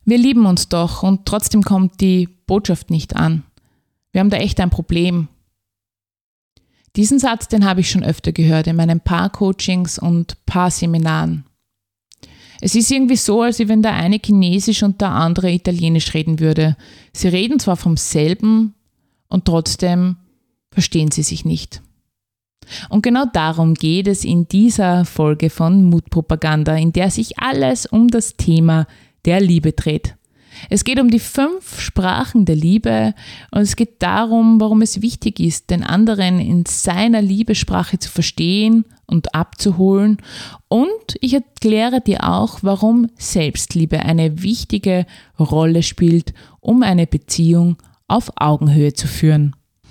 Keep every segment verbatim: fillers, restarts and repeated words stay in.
Wir lieben uns doch und trotzdem kommt die Botschaft nicht an. Wir haben da echt ein Problem. Diesen Satz, den habe ich schon öfter gehört in meinen Paar-Coachings und Paar-Seminaren. Es ist irgendwie so, als wenn der eine Chinesisch und der andere Italienisch reden würde. Sie reden zwar vom selben und trotzdem verstehen sie sich nicht. Und genau darum geht es in dieser Folge von Mutpropaganda, in der sich alles um das Thema der Liebe dreht. Es geht um die fünf Sprachen der Liebe und es geht darum, warum es wichtig ist, den anderen in seiner Liebessprache zu verstehen und abzuholen. Und ich erkläre dir auch, warum Selbstliebe eine wichtige Rolle spielt, um eine Beziehung auf Augenhöhe zu führen.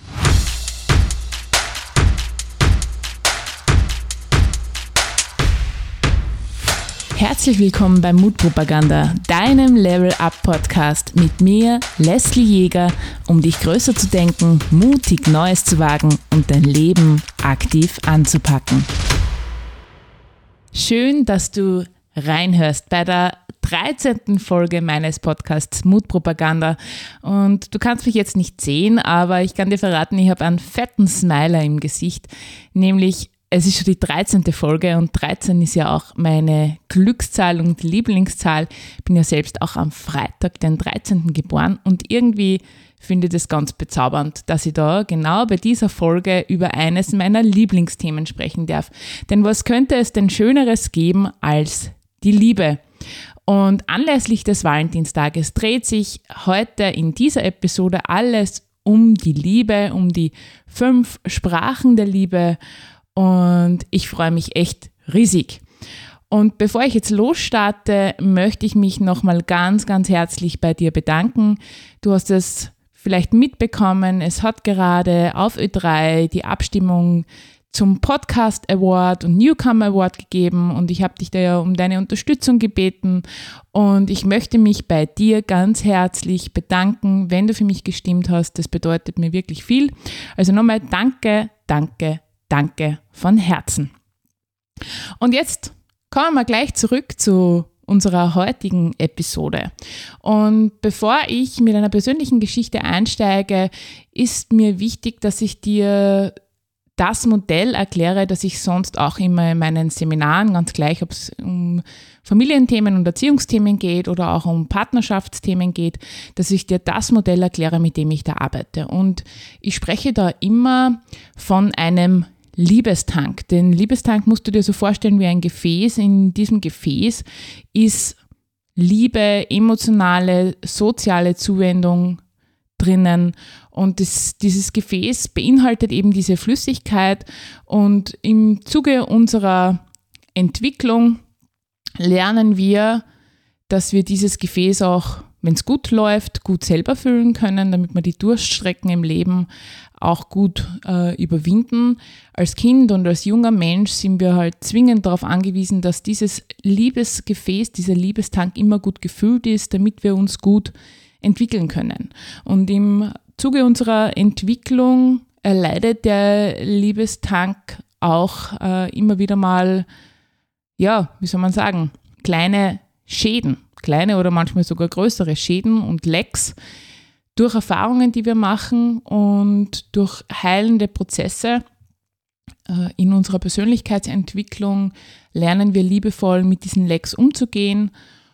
Herzlich willkommen bei Mutpropaganda, deinem Level-Up-Podcast mit mir, Leslie Jäger, um dich größer zu denken, mutig Neues zu wagen und dein Leben aktiv anzupacken. Schön, dass du reinhörst bei der dreizehnten Folge meines Podcasts Mutpropaganda. Und du kannst mich jetzt nicht sehen, aber ich kann dir verraten, ich habe einen fetten Smiler im Gesicht, nämlich es ist schon die dreizehnte Folge und dreizehn ist ja auch meine Glückszahl und Lieblingszahl. Ich bin ja selbst auch am Freitag, den dreizehnten geboren und irgendwie finde ich das ganz bezaubernd, dass ich da genau bei dieser Folge über eines meiner Lieblingsthemen sprechen darf. Denn was könnte es denn Schöneres geben als die Liebe? Und anlässlich des Valentinstages dreht sich heute in dieser Episode alles um die Liebe, um die fünf Sprachen der Liebe. Und ich freue mich echt riesig. Und bevor ich jetzt losstarte, möchte ich mich nochmal ganz, ganz herzlich bei dir bedanken. Du hast es vielleicht mitbekommen, es hat gerade auf Ö drei die Abstimmung zum Podcast Award und Newcomer Award gegeben und ich habe dich da ja um deine Unterstützung gebeten und ich möchte mich bei dir ganz herzlich bedanken, wenn du für mich gestimmt hast. Das bedeutet mir wirklich viel. Also nochmal danke, danke, Danke von Herzen. Und jetzt kommen wir gleich zurück zu unserer heutigen Episode. Und bevor ich mit einer persönlichen Geschichte einsteige, ist mir wichtig, dass ich dir das Modell erkläre, das ich sonst auch immer in meinen Seminaren, ganz gleich, ob es um Familienthemen und Erziehungsthemen geht oder auch um Partnerschaftsthemen geht, dass ich dir das Modell erkläre, mit dem ich da arbeite. Und ich spreche da immer von einem Liebestank. Den Liebestank musst du dir so vorstellen wie ein Gefäß. In diesem Gefäß ist Liebe, emotionale, soziale Zuwendung drinnen und das, dieses Gefäß beinhaltet eben diese Flüssigkeit und im Zuge unserer Entwicklung lernen wir, dass wir dieses Gefäß auch, wenn es gut läuft, gut selber füllen können, damit wir die Durststrecken im Leben auch gut äh, überwinden. Als Kind und als junger Mensch sind wir halt zwingend darauf angewiesen, dass dieses Liebesgefäß, dieser Liebestank immer gut gefüllt ist, damit wir uns gut entwickeln können. Und im Zuge unserer Entwicklung erleidet der Liebestank auch äh, immer wieder mal, ja, wie soll man sagen, kleine Schäden, kleine oder manchmal sogar größere Schäden und Lecks durch Erfahrungen, die wir machen und durch heilende Prozesse äh, in unserer Persönlichkeitsentwicklung lernen wir liebevoll mit diesen Lecks umzugehen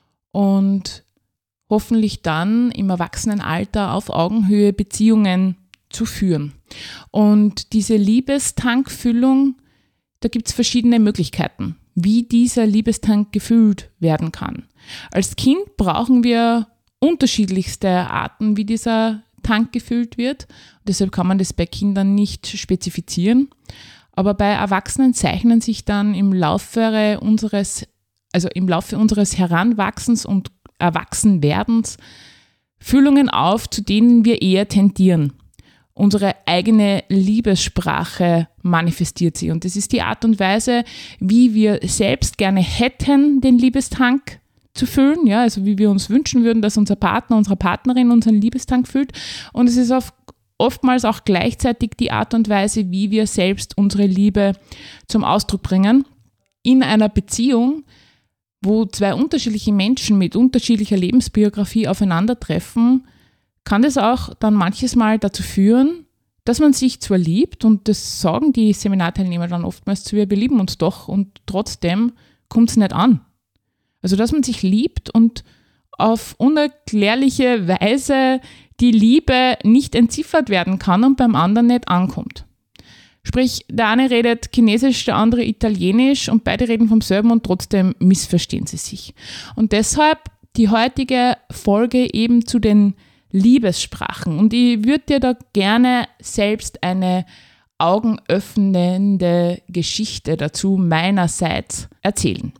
und hoffentlich dann im Erwachsenenalter auf Augenhöhe Beziehungen zu führen. Und diese Liebestankfüllung, da gibt es verschiedene Möglichkeiten, wie dieser Liebestank gefüllt werden kann. Als Kind brauchen wir unterschiedlichste Arten, wie dieser Tank gefüllt wird. Deshalb kann man das bei Kindern nicht spezifizieren. Aber bei Erwachsenen zeichnen sich dann im Laufe unseres, also im Laufe unseres Heranwachsens und Erwachsenwerdens Fühlungen auf, zu denen wir eher tendieren. Unsere eigene Liebessprache manifestiert sie. Und das ist die Art und Weise, wie wir selbst gerne hätten, den Liebestank zu füllen, ja, also wie wir uns wünschen würden, dass unser Partner, unsere Partnerin unseren Liebestank füllt. Und es ist oft, oftmals auch gleichzeitig die Art und Weise, wie wir selbst unsere Liebe zum Ausdruck bringen. In einer Beziehung wo zwei unterschiedliche Menschen mit unterschiedlicher Lebensbiografie aufeinandertreffen, kann das auch dann manches Mal dazu führen, dass man sich zwar liebt, und das sagen die Seminarteilnehmer dann oftmals zu, wir lieben uns doch, und trotzdem kommt es nicht an. Also dass man sich liebt und auf unerklärliche Weise die Liebe nicht entziffert werden kann und beim anderen nicht ankommt. Sprich, der eine redet Chinesisch, der andere Italienisch und beide reden vom selben und trotzdem missverstehen sie sich. Und deshalb die heutige Folge eben zu den Liebessprachen. Und ich würde dir da gerne selbst eine augenöffnende Geschichte dazu meinerseits erzählen.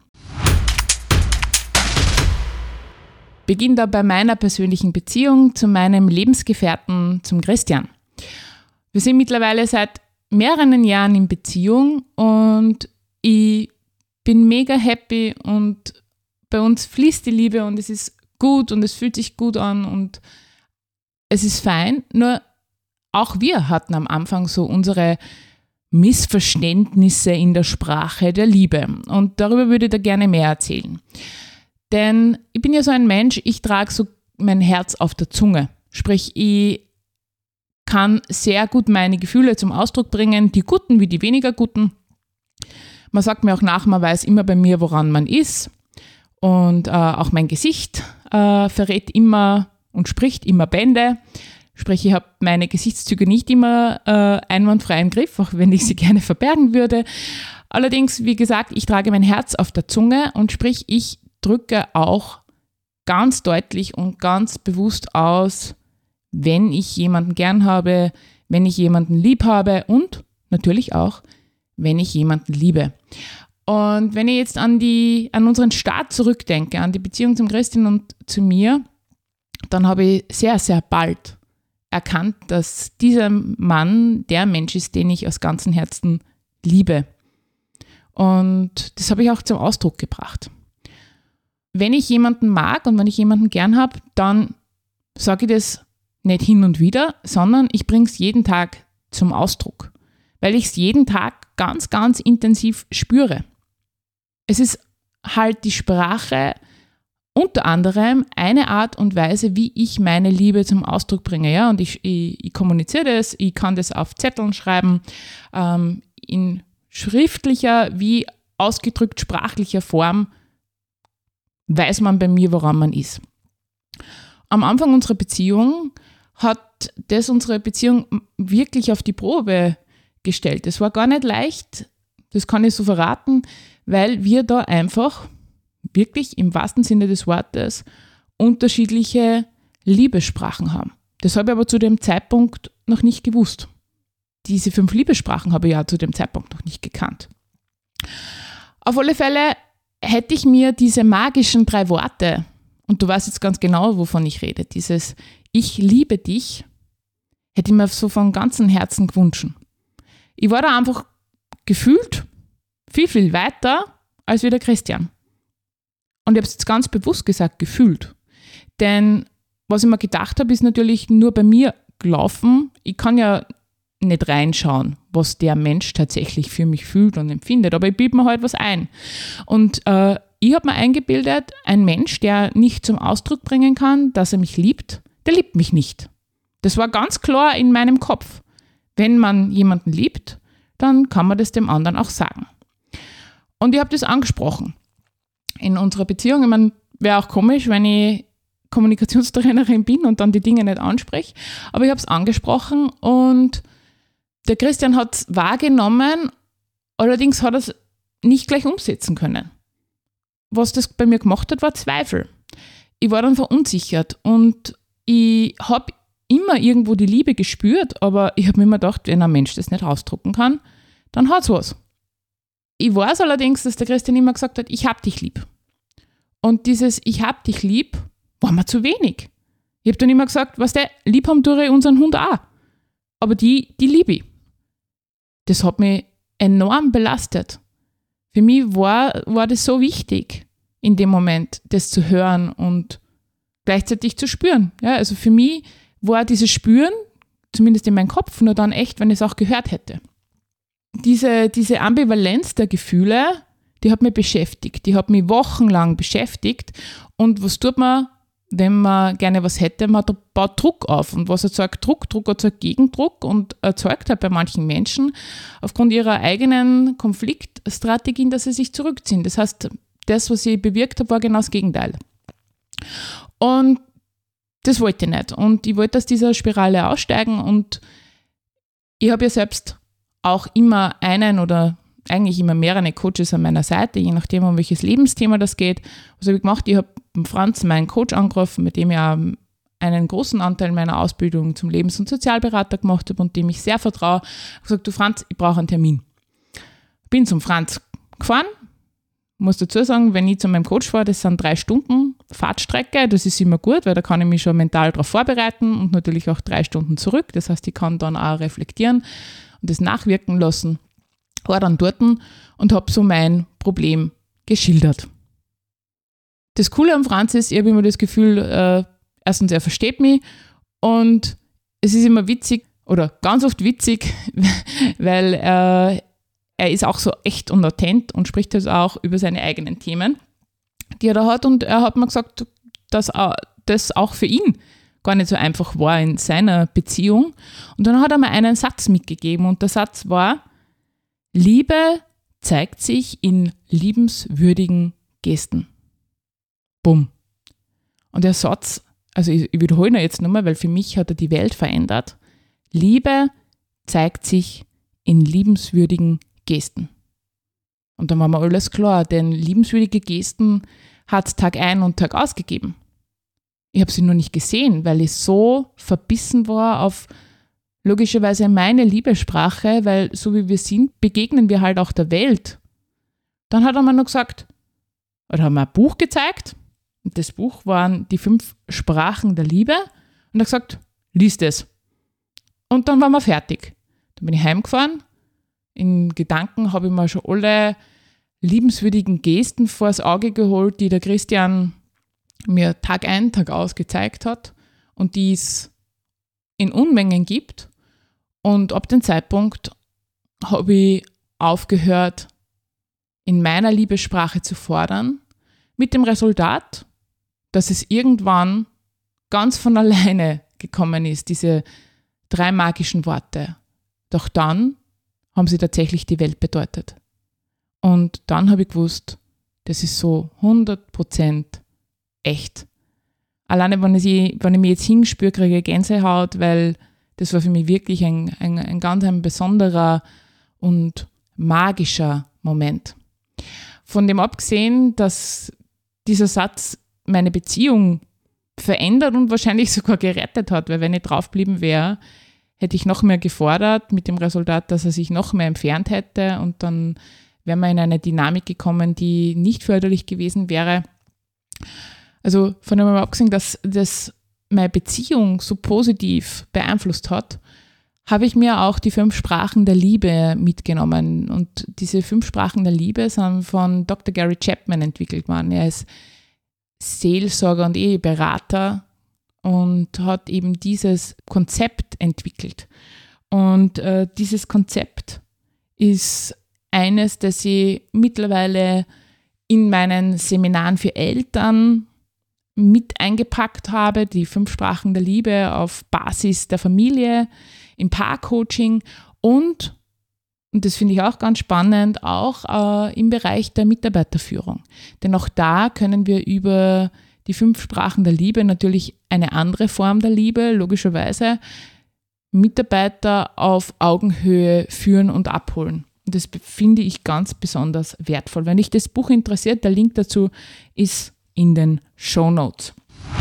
Beginne da bei meiner persönlichen Beziehung zu meinem Lebensgefährten, zum Christian. Wir sind mittlerweile seit mehreren Jahren in Beziehung und ich bin mega happy und bei uns fließt die Liebe und es ist gut und es fühlt sich gut an und es ist fein. Nur auch wir hatten am Anfang so unsere Missverständnisse in der Sprache der Liebe und darüber würde ich da gerne mehr erzählen. Denn ich bin ja so ein Mensch, ich trage so mein Herz auf der Zunge. Sprich, ich kann sehr gut meine Gefühle zum Ausdruck bringen, die guten wie die weniger guten. Man sagt mir auch nach, man weiß immer bei mir, woran man ist. Und äh, auch mein Gesicht äh, verrät immer und spricht immer Bände. Sprich, ich habe meine Gesichtszüge nicht immer äh, einwandfrei im Griff, auch wenn ich sie gerne verbergen würde. Allerdings, wie gesagt, ich trage mein Herz auf der Zunge und sprich, ich drücke auch ganz deutlich und ganz bewusst aus, wenn ich jemanden gern habe, wenn ich jemanden lieb habe und natürlich auch, wenn ich jemanden liebe. Und wenn ich jetzt an, die, an unseren Start zurückdenke, an die Beziehung zum Christian und zu mir, dann habe ich sehr, sehr bald erkannt, dass dieser Mann der Mensch ist, den ich aus ganzem Herzen liebe. Und das habe ich auch zum Ausdruck gebracht. Wenn ich jemanden mag und wenn ich jemanden gern habe, dann sage ich das nicht hin und wieder, sondern ich bringe es jeden Tag zum Ausdruck, weil ich es jeden Tag ganz, ganz intensiv spüre. Es ist halt die Sprache unter anderem eine Art und Weise, wie ich meine Liebe zum Ausdruck bringe. Ja? Und ich, ich, ich kommuniziere das, ich kann das auf Zetteln schreiben, ähm, in schriftlicher wie ausgedrückt sprachlicher Form weiß man bei mir, woran man ist. Am Anfang unserer Beziehung hat das unsere Beziehung wirklich auf die Probe gestellt. Es war gar nicht leicht, das kann ich so verraten, weil wir da einfach wirklich im wahrsten Sinne des Wortes unterschiedliche Liebessprachen haben. Das habe ich aber zu dem Zeitpunkt noch nicht gewusst. Diese fünf Liebessprachen habe ich ja zu dem Zeitpunkt noch nicht gekannt. Auf alle Fälle hätte ich mir diese magischen drei Worte, und du weißt jetzt ganz genau, wovon ich rede, dieses Ich liebe dich, hätte ich mir so von ganzem Herzen gewünscht. Ich war da einfach gefühlt viel, viel weiter als wie der Christian. Und ich habe es jetzt ganz bewusst gesagt, gefühlt. Denn was ich mir gedacht habe, ist natürlich nur bei mir gelaufen. Ich kann ja nicht reinschauen, was der Mensch tatsächlich für mich fühlt und empfindet, aber ich bilde mir halt was ein. Und äh, ich habe mir eingebildet, ein Mensch, der nicht zum Ausdruck bringen kann, dass er mich liebt, der liebt mich nicht. Das war ganz klar in meinem Kopf. Wenn man jemanden liebt, dann kann man das dem anderen auch sagen. Und ich habe das angesprochen in unserer Beziehung. Ich meine, wäre auch komisch, wenn ich Kommunikationstrainerin bin und dann die Dinge nicht anspreche, aber ich habe es angesprochen und der Christian hat es wahrgenommen, allerdings hat er es nicht gleich umsetzen können. Was das bei mir gemacht hat, war Zweifel. Ich war dann verunsichert und ich habe immer irgendwo die Liebe gespürt, aber ich habe mir immer gedacht, wenn ein Mensch das nicht ausdrucken kann, dann hat es was. Ich weiß allerdings, dass der Christian immer gesagt hat, ich hab dich lieb. Und dieses Ich hab dich lieb war mir zu wenig. Ich habe dann immer gesagt, was der lieb haben tue ich unseren Hund auch. Aber die, die liebe ich. Das hat mich enorm belastet. Für mich war, war das so wichtig, in dem Moment das zu hören und gleichzeitig zu spüren. Ja, also für mich war dieses Spüren, zumindest in meinem Kopf, nur dann echt, wenn ich es auch gehört hätte. Diese, diese Ambivalenz der Gefühle, die hat mich beschäftigt. Die hat mich wochenlang beschäftigt. Und was tut man, wenn man gerne was hätte? Man baut Druck auf. Und was erzeugt Druck? Druck erzeugt Gegendruck und erzeugt halt bei manchen Menschen aufgrund ihrer eigenen Konfliktstrategien, dass sie sich zurückziehen. Das heißt, das, was ich bewirkt habe, war genau das Gegenteil. Und das wollte ich nicht. Und ich wollte aus dieser Spirale aussteigen. Und ich habe ja selbst auch immer einen oder eigentlich immer mehrere Coaches an meiner Seite, je nachdem, um welches Lebensthema das geht. Was habe ich gemacht? Ich habe Franz, meinen Coach, angerufen, mit dem ich auch einen großen Anteil meiner Ausbildung zum Lebens- und Sozialberater gemacht habe und dem ich sehr vertraue. Ich habe gesagt, du Franz, ich brauche einen Termin. Bin zum Franz gefahren. Muss dazu sagen, wenn ich zu meinem Coach fahre, das sind drei Stunden Fahrtstrecke. Das ist immer gut, weil da kann ich mich schon mental darauf vorbereiten und natürlich auch drei Stunden zurück. Das heißt, ich kann dann auch reflektieren und das nachwirken lassen. War dann dort und habe so mein Problem geschildert. Das Coole am Franz ist, ich habe immer das Gefühl, äh, erstens, er versteht mich und es ist immer witzig oder ganz oft witzig, weil äh, er ist auch so echt und authent und spricht jetzt auch über seine eigenen Themen, die er da hat. Und er hat mir gesagt, dass das auch für ihn gar nicht so einfach war in seiner Beziehung. Und dann hat er mir einen Satz mitgegeben und der Satz war: Liebe zeigt sich in liebenswürdigen Gesten. Bumm. Und der Satz, also ich, ich wiederhole ihn jetzt nochmal, weil für mich hat er die Welt verändert. Liebe zeigt sich in liebenswürdigen Gesten. Und dann war mir alles klar, denn liebenswürdige Gesten hat es Tag ein und Tag aus gegeben. Ich habe sie nur nicht gesehen, weil ich so verbissen war auf logischerweise meine Liebessprache, weil so wie wir sind, begegnen wir halt auch der Welt. Dann hat er mir noch gesagt, oder hat mir ein Buch gezeigt, und das Buch waren die fünf Sprachen der Liebe, und er hat gesagt, lies das. Und dann waren wir fertig. Dann bin ich heimgefahren. In Gedanken habe ich mir schon alle liebenswürdigen Gesten vors Auge geholt, die der Christian mir Tag ein, Tag aus gezeigt hat und die es in Unmengen gibt. Und ab dem Zeitpunkt habe ich aufgehört, in meiner Liebessprache zu fordern, mit dem Resultat, dass es irgendwann ganz von alleine gekommen ist, diese drei magischen Worte. Doch dann haben sie tatsächlich die Welt bedeutet. Und dann habe ich gewusst, das ist so hundert Prozent echt. Alleine, wenn ich, wenn ich mich jetzt hinspüre, kriege ich Gänsehaut, weil das war für mich wirklich ein, ein, ein ganz ein besonderer und magischer Moment. Von dem abgesehen, dass dieser Satz meine Beziehung verändert und wahrscheinlich sogar gerettet hat, weil wenn ich draufgeblieben wäre, hätte ich noch mehr gefordert, mit dem Resultat, dass er sich noch mehr entfernt hätte und dann wären wir in eine Dynamik gekommen, die nicht förderlich gewesen wäre. Also von dem abgesehen, dass das meine Beziehung so positiv beeinflusst hat, habe ich mir auch die fünf Sprachen der Liebe mitgenommen. Und diese fünf Sprachen der Liebe sind von Doktor Gary Chapman entwickelt worden. Er ist Seelsorger und Eheberater und hat eben dieses Konzept entwickelt. Und äh, dieses Konzept ist eines, das ich mittlerweile in meinen Seminaren für Eltern mit eingepackt habe, die fünf Sprachen der Liebe auf Basis der Familie, im Paarcoaching und, und das finde ich auch ganz spannend, auch äh, im Bereich der Mitarbeiterführung. Denn auch da können wir über die fünf Sprachen der Liebe, natürlich eine andere Form der Liebe, logischerweise, Mitarbeiter auf Augenhöhe führen und abholen. Und das finde ich ganz besonders wertvoll. Wenn dich das Buch interessiert, der Link dazu ist in den Shownotes.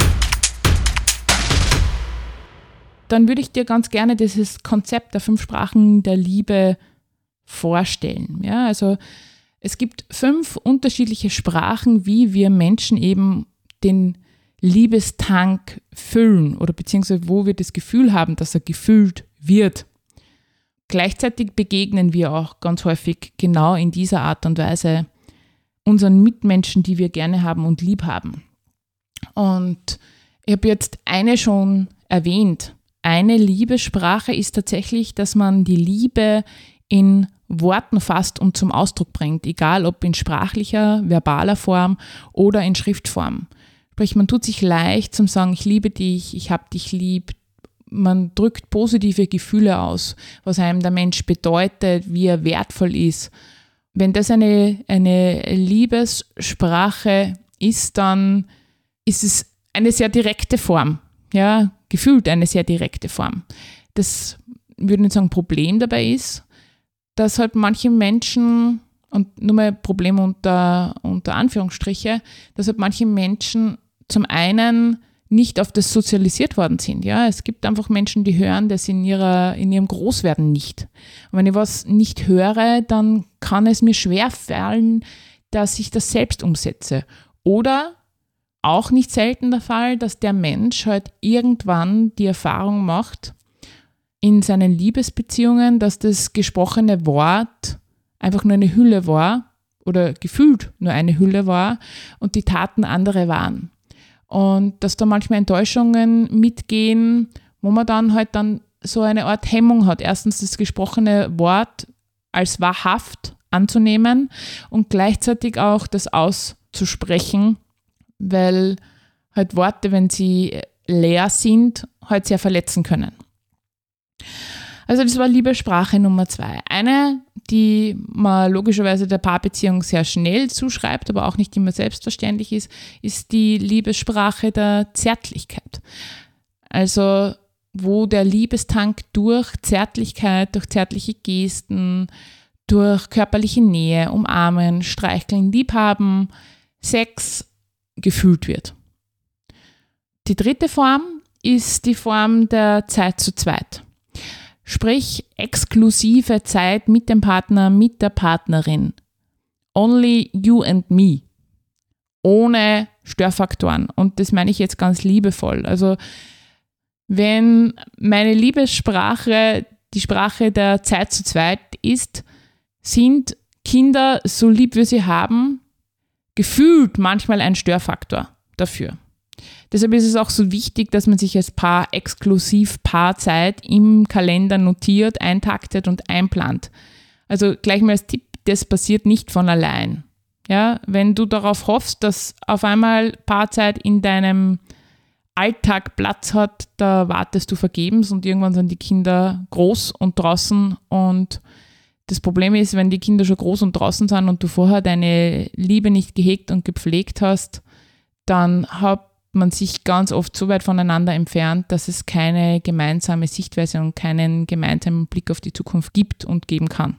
Dann würde ich dir ganz gerne dieses Konzept der fünf Sprachen der Liebe vorstellen. Ja, also es gibt fünf unterschiedliche Sprachen, wie wir Menschen eben den Liebestank füllen oder beziehungsweise wo wir das Gefühl haben, dass er gefüllt wird. Gleichzeitig begegnen wir auch ganz häufig genau in dieser Art und Weise unseren Mitmenschen, die wir gerne haben und lieb haben. Und ich habe jetzt eine schon erwähnt. Eine Liebessprache ist tatsächlich, dass man die Liebe in Worten fasst und zum Ausdruck bringt, egal ob in sprachlicher, verbaler Form oder in Schriftform. Sprich, man tut sich leicht zum Sagen, ich liebe dich, ich hab dich lieb. Man drückt positive Gefühle aus, was einem der Mensch bedeutet, wie er wertvoll ist. Wenn das eine, eine Liebessprache ist, dann ist es eine sehr direkte Form, ja, gefühlt eine sehr direkte Form. Das, würde ich sagen, Problem dabei ist, dass halt manche Menschen, und nur mal Problem unter, unter Anführungsstriche, dass halt manche Menschen zum einen nicht auf das sozialisiert worden sind. Ja, es gibt einfach Menschen, die hören das in, ihrer, in ihrem Großwerden nicht. Und wenn ich was nicht höre, dann kann es mir schwer fallen, dass ich das selbst umsetze. Oder auch nicht selten der Fall, dass der Mensch halt irgendwann die Erfahrung macht in seinen Liebesbeziehungen, dass das gesprochene Wort einfach nur eine Hülle war oder gefühlt nur eine Hülle war und die Taten andere waren. Und dass da manchmal Enttäuschungen mitgehen, wo man dann halt dann so eine Art Hemmung hat. Erstens das gesprochene Wort als wahrhaft anzunehmen und gleichzeitig auch das auszusprechen, weil halt Worte, wenn sie leer sind, halt sehr verletzen können. Also das war Liebessprache Nummer zwei. Eine, die man logischerweise der Paarbeziehung sehr schnell zuschreibt, aber auch nicht immer selbstverständlich ist, ist die Liebessprache der Zärtlichkeit. Also wo der Liebestank durch Zärtlichkeit, durch zärtliche Gesten, durch körperliche Nähe, Umarmen, Streicheln, Liebhaben, Sex gefüllt wird. Die dritte Form ist die Form der Zeit zu zweit. Sprich, exklusive Zeit mit dem Partner, mit der Partnerin. Only you and me. Ohne Störfaktoren. Und das meine ich jetzt ganz liebevoll. Also, wenn meine Liebessprache die Sprache der Zeit zu zweit ist, sind Kinder, so lieb wir sie haben, gefühlt manchmal ein Störfaktor dafür. Deshalb ist es auch so wichtig, dass man sich als Paar exklusiv Paarzeit im Kalender notiert, eintaktet und einplant. Also gleich mal als Tipp, das passiert nicht von allein. Ja, wenn du darauf hoffst, dass auf einmal Paarzeit in deinem Alltag Platz hat, da wartest du vergebens und irgendwann sind die Kinder groß und draußen. Und das Problem ist, wenn die Kinder schon groß und draußen sind und du vorher deine Liebe nicht gehegt und gepflegt hast, dann hat man sich ganz oft so weit voneinander entfernt, dass es keine gemeinsame Sichtweise und keinen gemeinsamen Blick auf die Zukunft gibt und geben kann.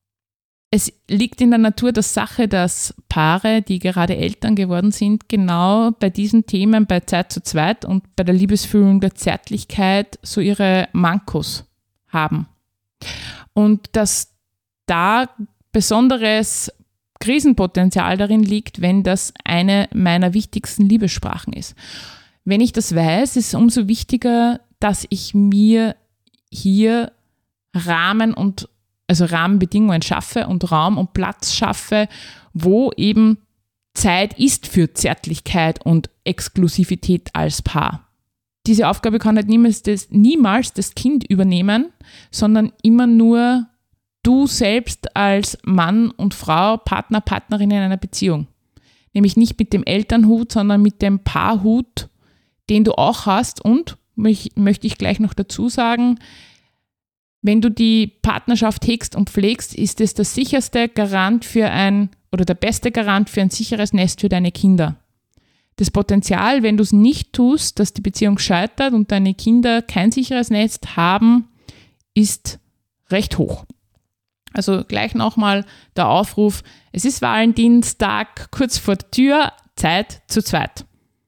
Es liegt in der Natur der Sache, dass Paare, die gerade Eltern geworden sind, genau bei diesen Themen, bei Zeit zu zweit und bei der Liebesfüllung der Zärtlichkeit so ihre Mankos haben. Und dass da besonderes Krisenpotenzial darin liegt, wenn das eine meiner wichtigsten Liebessprachen ist. Wenn ich das weiß, ist es umso wichtiger, dass ich mir hier Rahmen und also Rahmenbedingungen schaffe und Raum und Platz schaffe, wo eben Zeit ist für Zärtlichkeit und Exklusivität als Paar. Diese Aufgabe kann halt niemals das, niemals das Kind übernehmen, sondern immer nur du selbst als Mann und Frau, Partner, Partnerin in einer Beziehung. Nämlich nicht mit dem Elternhut, sondern mit dem Paarhut, den du auch hast. Und, möchte ich gleich noch dazu sagen, wenn du die Partnerschaft hegst und pflegst, ist es der sicherste Garant für ein, oder der beste Garant für ein sicheres Nest für deine Kinder. Das Potenzial, wenn du es nicht tust, dass die Beziehung scheitert und deine Kinder kein sicheres Nest haben, ist recht hoch. Also gleich nochmal der Aufruf, es ist Valentinstag, kurz vor der Tür, Zeit zu zweit.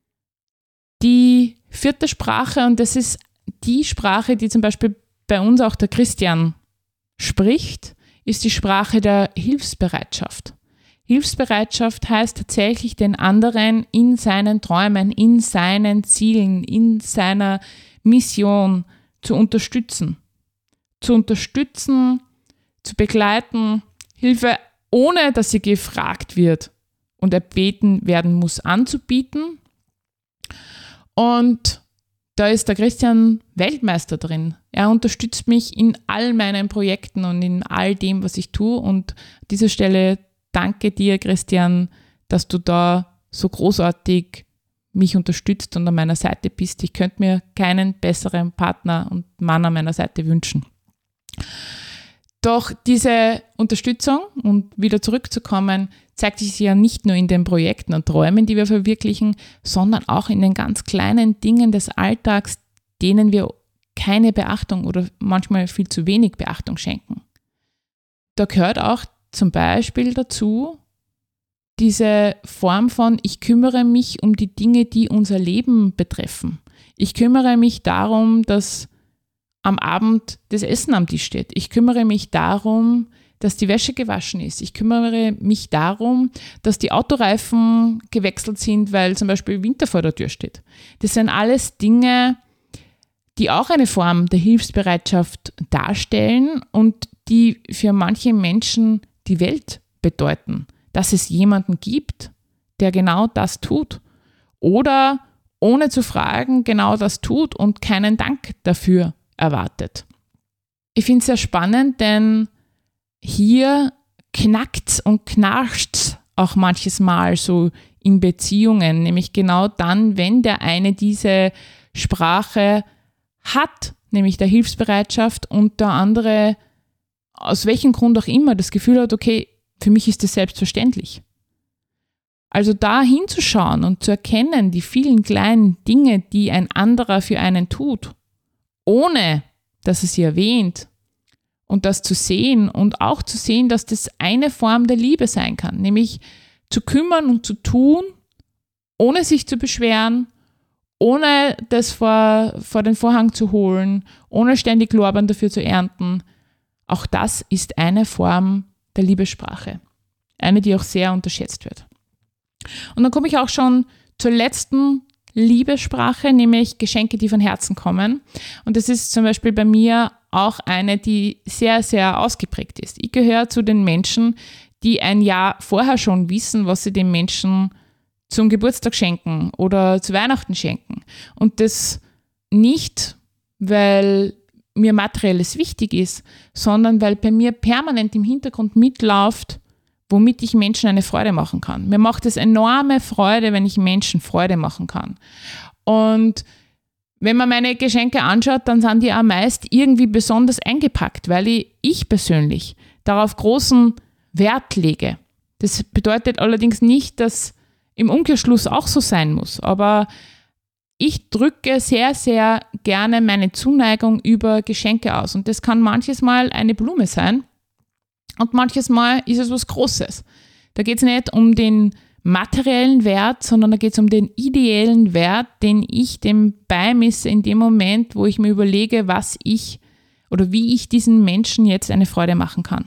Die vierte Sprache, und das ist die Sprache, die zum Beispiel bei uns auch der Christian spricht, ist die Sprache der Hilfsbereitschaft. Hilfsbereitschaft heißt tatsächlich den anderen in seinen Träumen, in seinen Zielen, in seiner Mission zu unterstützen. Zu unterstützen, zu begleiten, Hilfe, ohne dass sie gefragt wird und erbeten werden muss, anzubieten. Und Da ist der Christian Weltmeister drin. Er unterstützt mich in all meinen Projekten und in all dem, was ich tue. Und an dieser Stelle danke dir, Christian, dass du da so großartig mich unterstützt und an meiner Seite bist. Ich könnte mir keinen besseren Partner und Mann an meiner Seite wünschen. Doch diese Unterstützung, und wieder zurückzukommen, zeigt sich ja nicht nur in den Projekten und Träumen, die wir verwirklichen, sondern auch in den ganz kleinen Dingen des Alltags, denen wir keine Beachtung oder manchmal viel zu wenig Beachtung schenken. Da gehört auch zum Beispiel dazu diese Form von: Ich kümmere mich um die Dinge, die unser Leben betreffen. Ich kümmere mich darum, dass am Abend das Essen am Tisch steht. Ich kümmere mich darum, dass die Wäsche gewaschen ist. Ich kümmere mich darum, dass die Autoreifen gewechselt sind, weil zum Beispiel Winter vor der Tür steht. Das sind alles Dinge, die auch eine Form der Hilfsbereitschaft darstellen und die für manche Menschen die Welt bedeuten. Dass es jemanden gibt, der genau das tut oder ohne zu fragen genau das tut und keinen Dank dafür erwartet. Ich finde es sehr spannend, denn hier knackt's und knarscht's auch manches Mal so in Beziehungen, nämlich genau dann, wenn der eine diese Sprache hat, nämlich der Hilfsbereitschaft, und der andere aus welchem Grund auch immer das Gefühl hat, okay, für mich ist das selbstverständlich. Also da hinzuschauen und zu erkennen, die vielen kleinen Dinge, die ein anderer für einen tut, ohne dass er sie erwähnt, und das zu sehen und auch zu sehen, dass das eine Form der Liebe sein kann, nämlich zu kümmern und zu tun, ohne sich zu beschweren, ohne das vor, vor den Vorhang zu holen, ohne ständig Lorbeeren dafür zu ernten. Auch das ist eine Form der Liebessprache. Eine, die auch sehr unterschätzt wird. Und dann komme ich auch schon zur letzten Liebessprache, nämlich Geschenke, die von Herzen kommen. Und das ist zum Beispiel bei mir auch eine, die sehr, sehr ausgeprägt ist. Ich gehöre zu den Menschen, die ein Jahr vorher schon wissen, was sie den Menschen zum Geburtstag schenken oder zu Weihnachten schenken. Und das nicht, weil mir Materielles wichtig ist, sondern weil bei mir permanent im Hintergrund mitläuft, womit ich Menschen eine Freude machen kann. Mir macht es enorme Freude, wenn ich Menschen Freude machen kann. Und wenn man meine Geschenke anschaut, dann sind die auch meist irgendwie besonders eingepackt, weil ich, ich persönlich darauf großen Wert lege. Das bedeutet allerdings nicht, dass im Umkehrschluss auch so sein muss, aber ich drücke sehr, sehr gerne meine Zuneigung über Geschenke aus. Und das kann manches Mal eine Blume sein und manches Mal ist es was Großes. Da geht es nicht um den materiellen Wert, sondern da geht es um den ideellen Wert, den ich dem beimesse in dem Moment, wo ich mir überlege, was ich oder wie ich diesen Menschen jetzt eine Freude machen kann.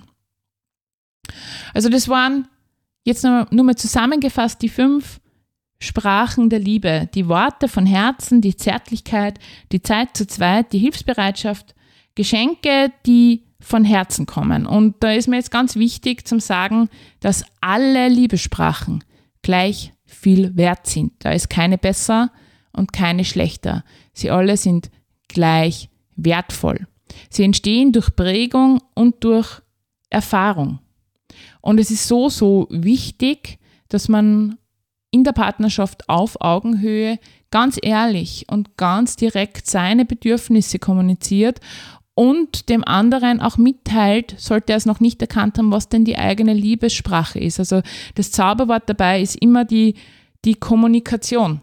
Also das waren jetzt nur, nur mal zusammengefasst die fünf Sprachen der Liebe, die Worte von Herzen, die Zärtlichkeit, die Zeit zu zweit, die Hilfsbereitschaft, Geschenke, die von Herzen kommen. Und da ist mir jetzt ganz wichtig zu sagen, dass alle Liebessprachen gleich viel wert sind. Da ist keine besser und keine schlechter. Sie alle sind gleich wertvoll. Sie entstehen durch Prägung und durch Erfahrung. Und es ist so, so wichtig, dass man in der Partnerschaft auf Augenhöhe ganz ehrlich und ganz direkt seine Bedürfnisse kommuniziert und dem anderen auch mitteilt, sollte er es noch nicht erkannt haben, was denn die eigene Liebessprache ist. Also das Zauberwort dabei ist immer die, die Kommunikation.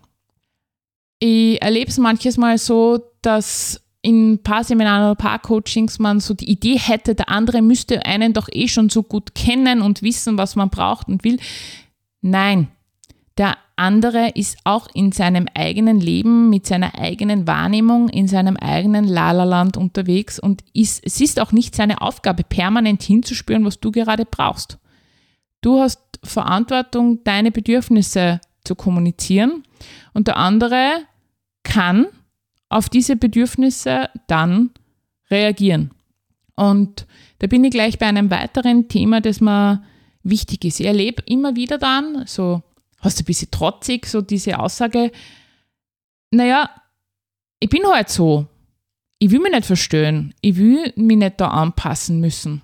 Ich erlebe es manches Mal so, dass in Paarseminaren oder Paarcoachings man so die Idee hätte, der andere müsste einen doch eh schon so gut kennen und wissen, was man braucht und will. Nein, der andere ist auch in seinem eigenen Leben, mit seiner eigenen Wahrnehmung, in seinem eigenen Lalaland unterwegs und ist, es ist auch nicht seine Aufgabe, permanent hinzuspüren, was du gerade brauchst. Du hast Verantwortung, deine Bedürfnisse zu kommunizieren und der andere kann auf diese Bedürfnisse dann reagieren. Und da bin ich gleich bei einem weiteren Thema, das mir wichtig ist. Ich erlebe immer wieder dann, so hast du ein bisschen trotzig, so diese Aussage, naja, ich bin halt so. Ich will mich nicht verstehen. Ich will mich nicht da anpassen müssen.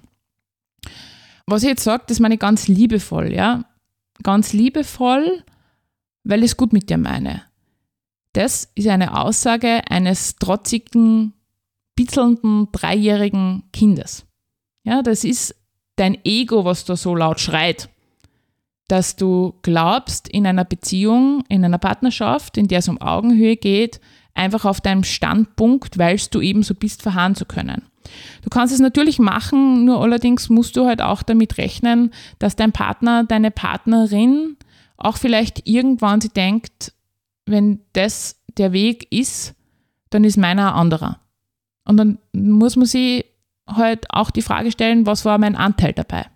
Was ich jetzt sage, das meine ich ganz liebevoll, ja. Ganz liebevoll, weil ich es gut mit dir meine. Das ist eine Aussage eines trotzigen, bitzelnden, dreijährigen Kindes. Ja, das ist dein Ego, was da so laut schreit. Dass du glaubst, in einer Beziehung, in einer Partnerschaft, in der es um Augenhöhe geht, einfach auf deinem Standpunkt, weil du eben so bist, verharren zu können. Du kannst es natürlich machen, nur allerdings musst du halt auch damit rechnen, dass dein Partner, deine Partnerin auch vielleicht irgendwann sie denkt, wenn das der Weg ist, dann ist meiner ein anderer. Und dann muss man sich halt auch die Frage stellen, was war mein Anteil dabei?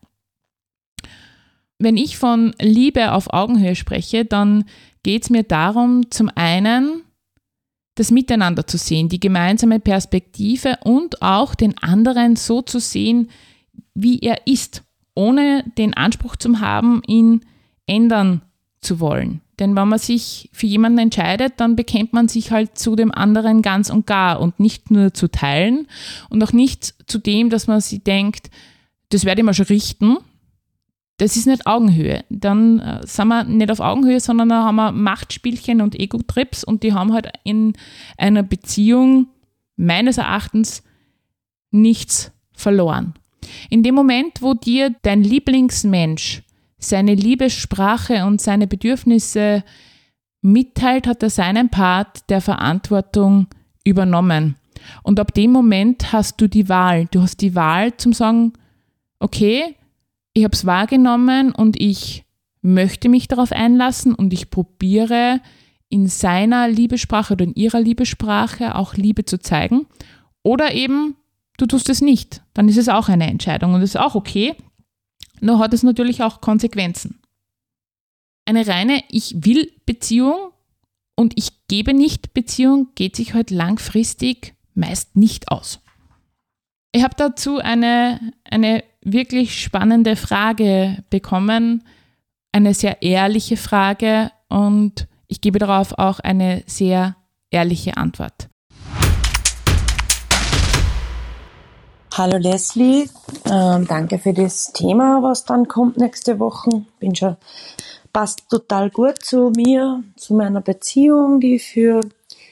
Wenn ich von Liebe auf Augenhöhe spreche, dann geht es mir darum, zum einen das Miteinander zu sehen, die gemeinsame Perspektive und auch den anderen so zu sehen, wie er ist, ohne den Anspruch zu haben, ihn ändern zu wollen. Denn wenn man sich für jemanden entscheidet, dann bekennt man sich halt zu dem anderen ganz und gar und nicht nur zu Teilen und auch nicht zu dem, dass man sich denkt, das werde ich mal schon richten. Das ist nicht Augenhöhe. Dann äh, sind wir nicht auf Augenhöhe, sondern da haben wir Machtspielchen und Ego-Trips und die haben halt in einer Beziehung meines Erachtens nichts verloren. In dem Moment, wo dir dein Lieblingsmensch seine Liebessprache und seine Bedürfnisse mitteilt, hat er seinen Part der Verantwortung übernommen. Und ab dem Moment hast du die Wahl. Du hast die Wahl zum sagen, okay, ich habe es wahrgenommen und ich möchte mich darauf einlassen und ich probiere in seiner Liebessprache oder in ihrer Liebessprache auch Liebe zu zeigen. Oder eben, du tust es nicht. Dann ist es auch eine Entscheidung und das ist auch okay. Nur hat es natürlich auch Konsequenzen. Eine reine Ich-will-Beziehung und ich gebe nicht Beziehung geht sich halt langfristig meist nicht aus. Ich habe dazu eine, eine wirklich spannende Frage bekommen, eine sehr ehrliche Frage und ich gebe darauf auch eine sehr ehrliche Antwort. Hallo Leslie, ähm, danke für das Thema, was dann kommt nächste Woche. Bin schon, passt total gut zu mir, zu meiner Beziehung, die ich führe.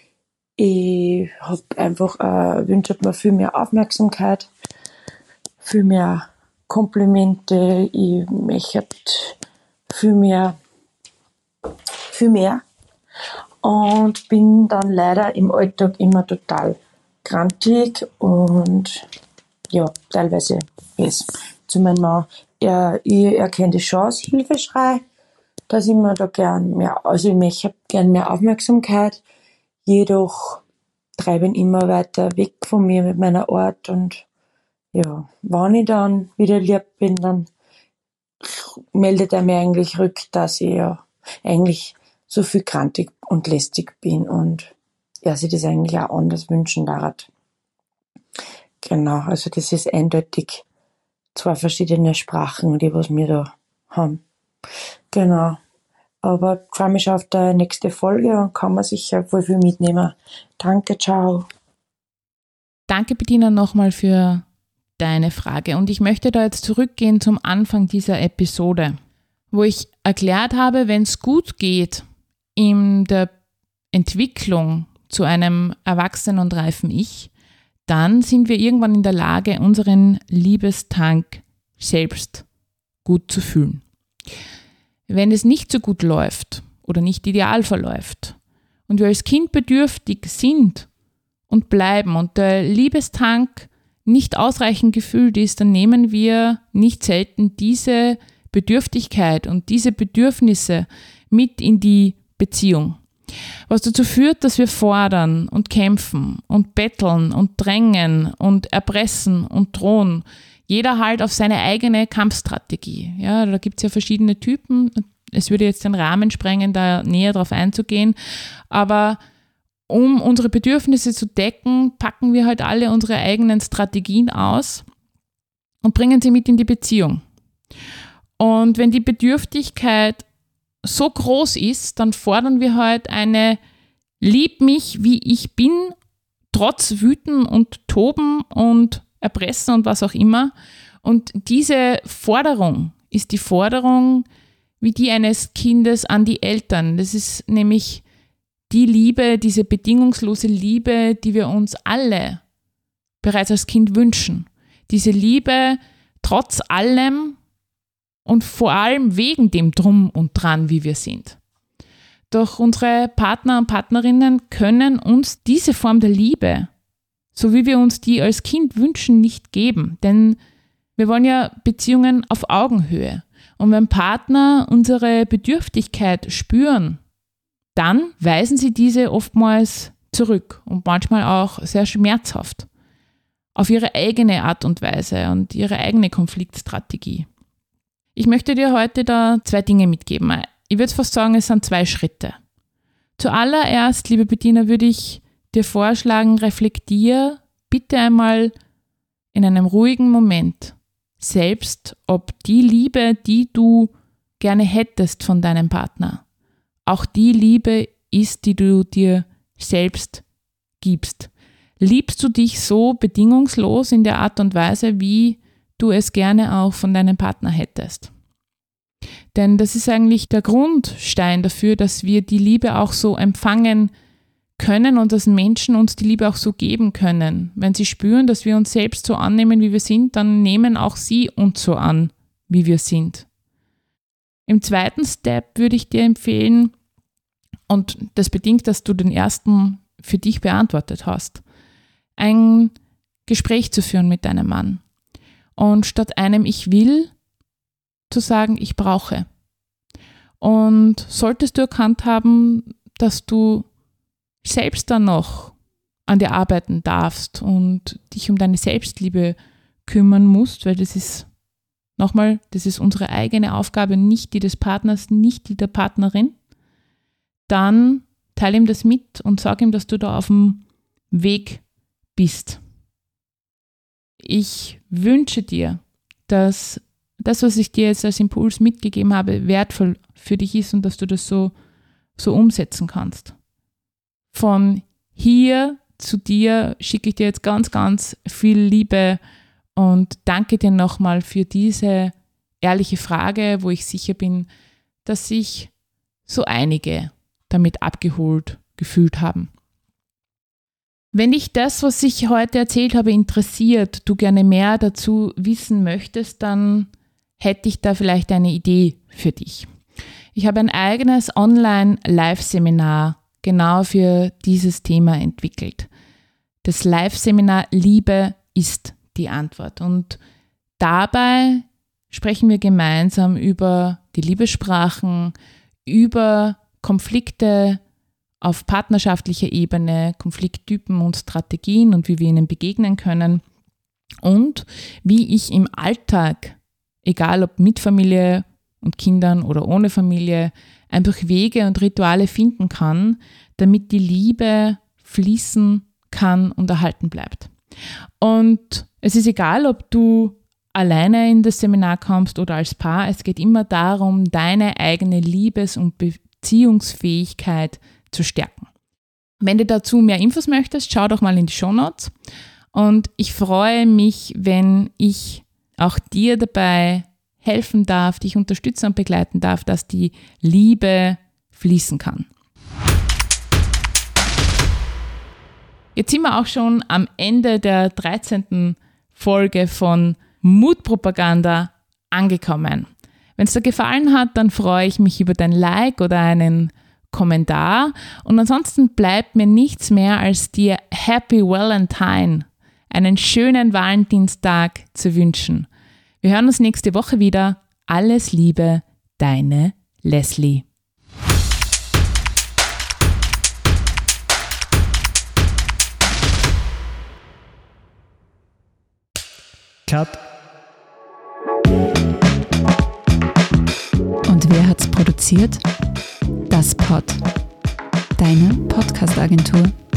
Ich habe einfach äh, wünsche mir viel mehr Aufmerksamkeit, viel mehr Komplimente. Ich möchte viel mehr, viel mehr und bin dann leider im Alltag immer total grantig und ja, teilweise ist zu meinem Mann, er, ich erkenne die Chance, Hilfeschrei, dass ich mir da gern mehr, also ich möchte gern mehr Aufmerksamkeit, jedoch treibe ich immer weiter weg von mir mit meiner Art und ja, wenn ich dann wieder lieb bin, dann meldet er mir eigentlich rück, dass ich ja eigentlich so viel krantig und lästig bin und er sich das eigentlich auch anders wünschen darf. Genau, also das ist eindeutig zwei verschiedene Sprachen, die was wir da haben. Genau. Aber ich freue mich schon auf die nächste Folge und kann man sicher voll viel mitnehmen. Danke, ciao. Danke, Bettina, nochmal für deine Frage. Und ich möchte da jetzt zurückgehen zum Anfang dieser Episode, wo ich erklärt habe, wenn es gut geht in der Entwicklung zu einem erwachsenen und reifen Ich, dann sind wir irgendwann in der Lage, unseren Liebestank selbst gut zu fühlen. Wenn es nicht so gut läuft oder nicht ideal verläuft und wir als Kind bedürftig sind und bleiben und der Liebestank nicht ausreichend gefüllt ist, dann nehmen wir nicht selten diese Bedürftigkeit und diese Bedürfnisse mit in die Beziehung. Was dazu führt, dass wir fordern und kämpfen und betteln und drängen und erpressen und drohen. Jeder halt auf seine eigene Kampfstrategie. Ja, da gibt es ja verschiedene Typen. Es würde jetzt den Rahmen sprengen, da näher drauf einzugehen. Aber um unsere Bedürfnisse zu decken, packen wir halt alle unsere eigenen Strategien aus und bringen sie mit in die Beziehung. Und wenn die Bedürftigkeit so groß ist, dann fordern wir halt eine Lieb mich, wie ich bin, trotz Wüten und Toben und Erpressen und was auch immer. Und diese Forderung ist die Forderung wie die eines Kindes an die Eltern. Das ist nämlich die Liebe, diese bedingungslose Liebe, die wir uns alle bereits als Kind wünschen. Diese Liebe trotz allem und vor allem wegen dem Drum und Dran, wie wir sind. Doch unsere Partner und Partnerinnen können uns diese Form der Liebe, so wie wir uns die als Kind wünschen, nicht geben. Denn wir wollen ja Beziehungen auf Augenhöhe. Und wenn Partner unsere Bedürftigkeit spüren, dann weisen sie diese oftmals zurück und manchmal auch sehr schmerzhaft auf ihre eigene Art und Weise und ihre eigene Konfliktstrategie. Ich möchte dir heute da zwei Dinge mitgeben. Ich würde fast sagen, es sind zwei Schritte. Zuallererst, liebe Bettina, würde ich dir vorschlagen, reflektier bitte einmal in einem ruhigen Moment selbst, ob die Liebe, die du gerne hättest von deinem Partner, auch die Liebe ist, die du dir selbst gibst. Liebst du dich so bedingungslos in der Art und Weise, wie du es gerne auch von deinem Partner hättest? Denn das ist eigentlich der Grundstein dafür, dass wir die Liebe auch so empfangen können und dass Menschen uns die Liebe auch so geben können. Wenn sie spüren, dass wir uns selbst so annehmen, wie wir sind, dann nehmen auch sie uns so an, wie wir sind. Im zweiten Step würde ich dir empfehlen, und das bedingt, dass du den ersten für dich beantwortet hast, ein Gespräch zu führen mit deinem Mann. Und statt einem Ich will, zu sagen, ich brauche. Und solltest du erkannt haben, dass du selbst dann noch an dir arbeiten darfst und dich um deine Selbstliebe kümmern musst, weil das ist, nochmal, das ist unsere eigene Aufgabe, nicht die des Partners, nicht die der Partnerin, dann teile ihm das mit und sag ihm, dass du da auf dem Weg bist. Ich wünsche dir, dass das, was ich dir jetzt als Impuls mitgegeben habe, wertvoll für dich ist und dass du das so, so umsetzen kannst. Von hier zu dir schicke ich dir jetzt ganz, ganz viel Liebe und danke dir nochmal für diese ehrliche Frage, wo ich sicher bin, dass sich so einige damit abgeholt gefühlt haben. Wenn dich das, was ich heute erzählt habe, interessiert, du gerne mehr dazu wissen möchtest, dann hätte ich da vielleicht eine Idee für dich. Ich habe ein eigenes Online-Live-Seminar genau für dieses Thema entwickelt. Das Live-Seminar Liebe ist die Antwort. Und dabei sprechen wir gemeinsam über die Liebessprachen, über Konflikte auf partnerschaftlicher Ebene, Konflikttypen und Strategien und wie wir ihnen begegnen können und wie ich im Alltag, egal ob mit Familie und Kindern oder ohne Familie, einfach Wege und Rituale finden kann, damit die Liebe fließen kann und erhalten bleibt. Und es ist egal, ob du alleine in das Seminar kommst oder als Paar, es geht immer darum, deine eigene Liebes- und Beziehungsfähigkeit zu stärken. Wenn du dazu mehr Infos möchtest, schau doch mal in die Shownotes. Und ich freue mich, wenn ich auch dir dabei helfen darf, dich unterstützen und begleiten darf, dass die Liebe fließen kann. Jetzt sind wir auch schon am Ende der dreizehnten Folge von Mutpropaganda angekommen. Wenn es dir gefallen hat, dann freue ich mich über dein Like oder einen Kommentar. Und ansonsten bleibt mir nichts mehr, als dir Happy Valentine, einen schönen Valentinstag zu wünschen. Wir hören uns nächste Woche wieder. Alles Liebe, deine Leslie. Cut. Und wer hat's produziert? Das Pod. Deine Podcast-Agentur.